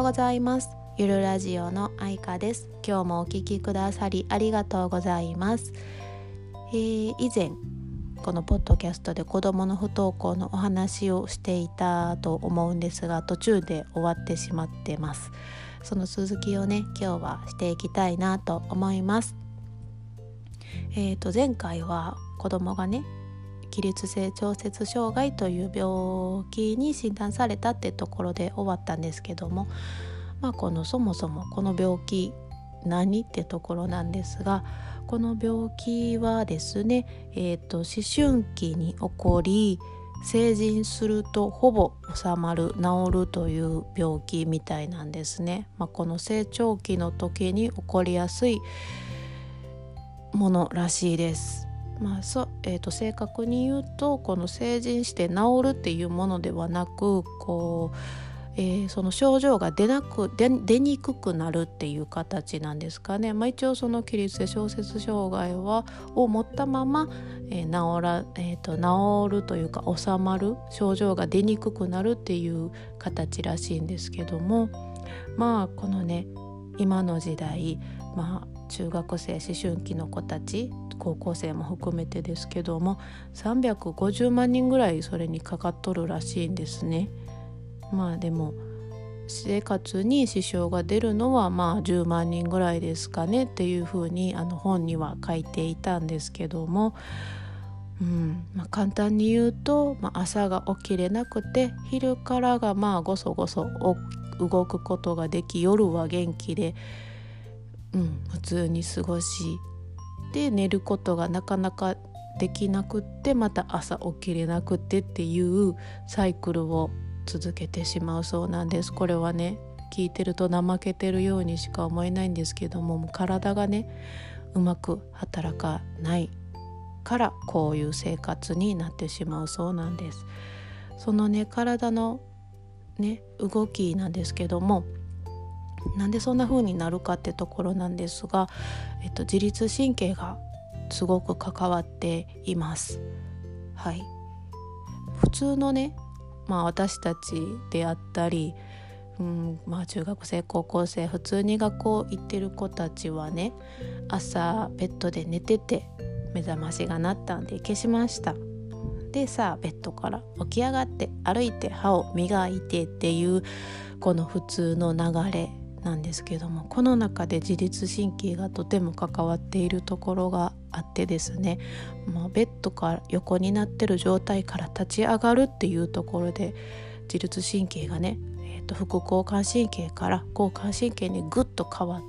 ございます。ゆるラジオの愛花です。今日もお聞きくださりありがとうございます。以前このポッドキャストで子どもの不登校のお話をしていたと思うんですが、途中で終わってしまってます。その続きをね、今日はしていきたいなと思います。前回は子どもがね、起立性調節障害という病気に診断されたってところで終わったんですけども、そもそもこの病気何ってところなんですが、この病気はですね、思春期に起こり成人するとほぼ治まる治るという病気みたいなんですね。この成長期の時に起こりやすいものらしいです。正確に言うと、この成人して治るっていうものではなく、その症状が出にくくなるっていう形なんですかね。一応その起立性調節障害を持ったまま、治るというか治まる、症状が出にくくなるっていう形らしいんですけども、このね、今の時代、中学生思春期の子たち、高校生も含めてですけども、350万人ぐらいそれにかかっとるらしいんですね。でも生活に支障が出るのは10万人ぐらいですかねっていうふうに本には書いていたんですけども、簡単に言うと、朝が起きれなくて昼からがごそごそ動くことができ、夜は元気で、普通に過ごしで、寝ることがなかなかできなくって、また朝起きれなくってっていうサイクルを続けてしまうそうなんです。これはね、聞いてると怠けてるようにしか思えないんですけども、体がね、うまく働かないからこういう生活になってしまうそうなんです。そのね、体のね、動きなんですけども、なんでそんな風になるかってところなんですが、自律神経がすごく関わっています。普通のね、私たちであったり、中学生高校生、普通に学校行ってる子たちはね、朝ベッドで寝てて目覚ましが鳴ったんで消しました。でベッドから起き上がって歩いて歯を磨いてっていう、この普通の流れなんですけども、この中で自律神経がとても関わっているところがあってですね、ベッドから横になってる状態から立ち上がるっていうところで自律神経がね、副交感神経から交感神経にグッと変わって、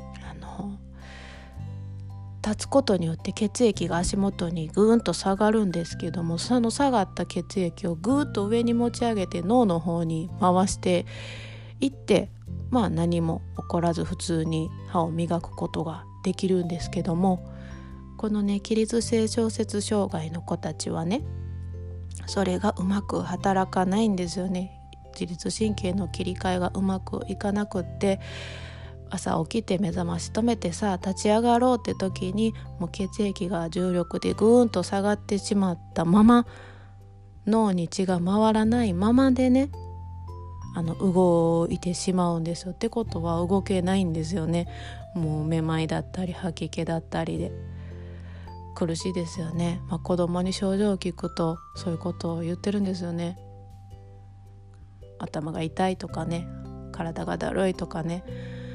立つことによって血液が足元にぐーんと下がるんですけども、その下がった血液をぐーっと上に持ち上げて脳の方に回していって、何も起こらず普通に歯を磨くことができるんですけども、このね、起立性調節障害の子たちはね、それがうまく働かないんですよね。自律神経の切り替えがうまくいかなくって、朝起きて目覚まし止めて立ち上がろうって時に、もう血液が重力でぐーんと下がってしまったまま、脳に血が回らないままでね、動いてしまうんですよ。ってことは動けないんですよね。もうめまいだったり吐き気だったりで苦しいですよね。子供に症状を聞くとそういうことを言ってるんですよね。頭が痛いとかね、体がだるいとかね、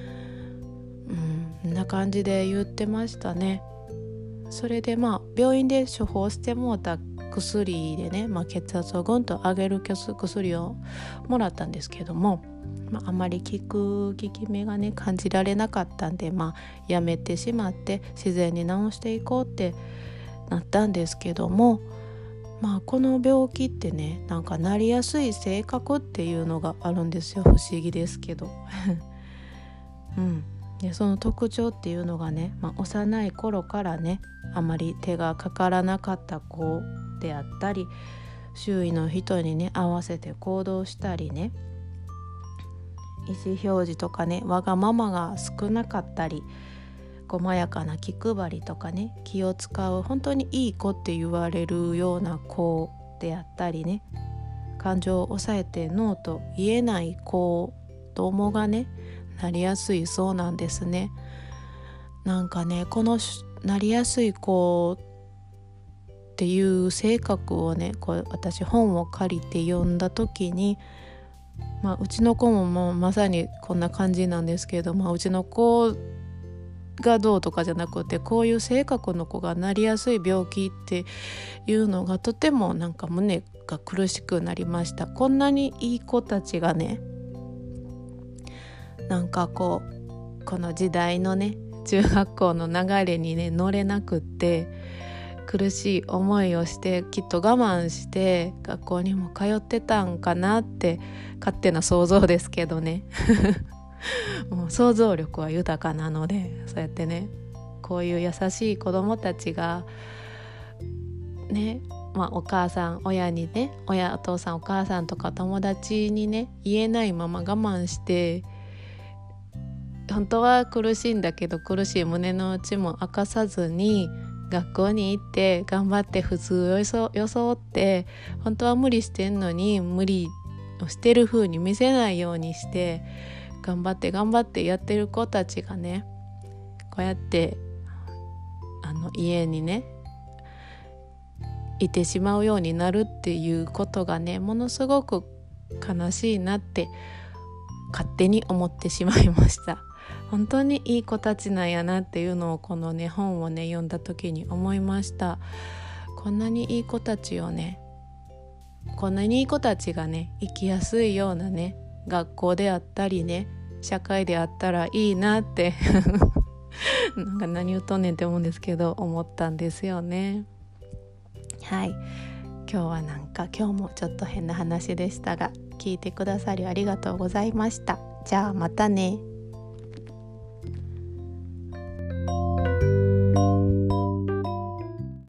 こんな感じで言ってましたね。それで病院で処方してもらった薬でね、血圧をぐんと上げる薬をもらったんですけども、あまり効き目がね感じられなかったんで、やめてしまって自然に治していこうってなったんですけども、この病気ってね、なりやすい性格っていうのがあるんですよ。不思議ですけどでその特徴っていうのがね、幼い頃からね、あまり手がかからなかった子であったり、周囲の人にね合わせて行動したりね、意思表示とかね、わがままが少なかったり、細やかな気配りとかね、気を使う本当にいい子って言われるような子であったりね、感情を抑えてノーと言えない子子供がねなりやすいそうなんですね。なんかねこのなりやすい子っていう性格をね私本を借りて読んだ時に、うちの子もまさにこんな感じなんですけど、うちの子がどうとかじゃなくて、こういう性格の子がなりやすい病気っていうのがとてもなんか胸が苦しくなりました。こんなにいい子たちがねなんかこの時代のね中学校の流れにね乗れなくって苦しい思いをして、きっと我慢して学校にも通ってたんかなって勝手な想像ですけどねもう想像力は豊かなので、そうやってねこういう優しい子供たちがね、お母さん親にねお父さんお母さんとか友達にね言えないまま我慢して、本当は苦しいんだけど苦しい胸の内も明かさずに学校に行って頑張って普通を装って、本当は無理してんのに無理をしてる風に見せないようにして頑張ってやってる子たちがねこうやって家にねいてしまうようになるっていうことがねものすごく悲しいなって勝手に思ってしまいました。本当にいい子たちなんやなっていうのをこのね本をね読んだ時に思いました。こんなにいい子たちがね生きやすいようなね学校であったりね社会であったらいいなってなんか何言うとんねんって思うんですけど思ったんですよね。はい、今日もちょっと変な話でしたが聞いてくださりありがとうございました。じゃあまたね。